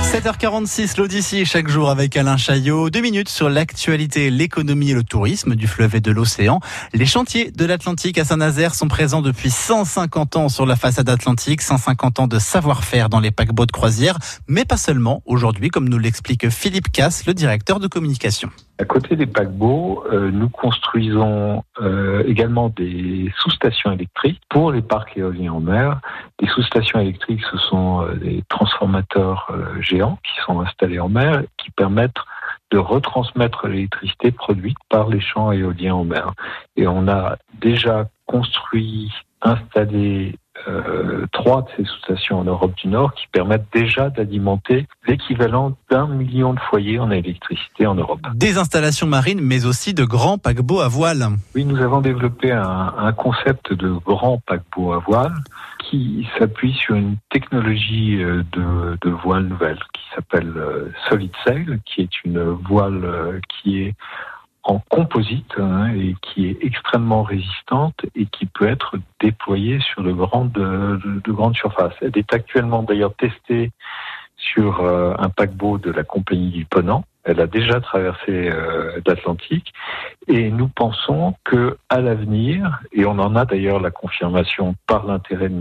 7h46, l'Odyssée chaque jour avec Alain Chaillot. 2 minutes sur l'actualité, l'économie et le tourisme du fleuve et de l'océan. Les chantiers de l'Atlantique à Saint-Nazaire sont présents depuis 150 ans sur la façade atlantique. 150 ans de savoir-faire dans les paquebots de croisière, mais pas seulement. Aujourd'hui, comme nous l'explique Philippe Casse, le directeur de communication. À côté des paquebots, nous construisons également des sous-stations électriques pour les parcs éoliens en mer. Des sous-stations électriques, ce sont des transformateurs géants qui sont installés en mer, qui permettent de retransmettre l'électricité produite par les champs éoliens en mer. Et on a déjà construit, installé 3 de ces sous-stations en Europe du Nord qui permettent déjà d'alimenter l'équivalent d'1 million de foyers en électricité en Europe. Des installations marines, mais aussi de grands paquebots à voile. Oui, nous avons développé un concept de grand paquebot à voile qui s'appuie sur une technologie de voile nouvelle qui s'appelle Solid Sail, qui est une voile qui est en composite et qui est extrêmement résistante et qui peut être déployée sur de grandes surfaces. Elle est actuellement d'ailleurs testée sur un paquebot de la compagnie du Ponant. Elle a déjà traversé l'Atlantique et nous pensons que à l'avenir, et on en a d'ailleurs la confirmation par l'intérêt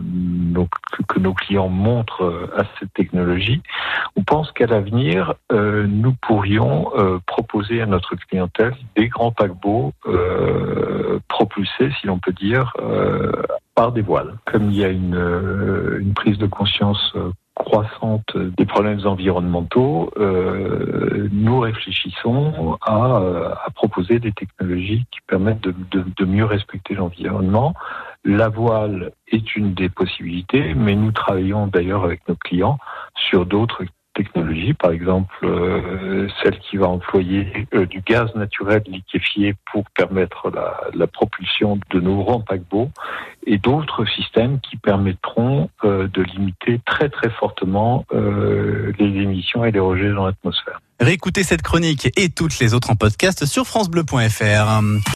que nos clients montrent à cette technologie, on pense qu'à l'avenir, nous pourrions proposer à notre clientèle des grands paquebots propulsés, si l'on peut dire, par des voiles. Comme il y a une prise de conscience croissante des problèmes environnementaux, nous réfléchissons à proposer des technologies qui permettent de mieux respecter l'environnement. La voile est une des possibilités, mais nous travaillons d'ailleurs avec nos clients sur d'autres technologies, par exemple celle qui va employer du gaz naturel liquéfié pour permettre la propulsion de nos grands paquebots, et d'autres systèmes qui permettront de limiter très très fortement les émissions et les rejets dans l'atmosphère. Réécoutez cette chronique et toutes les autres en podcast sur francebleu.fr.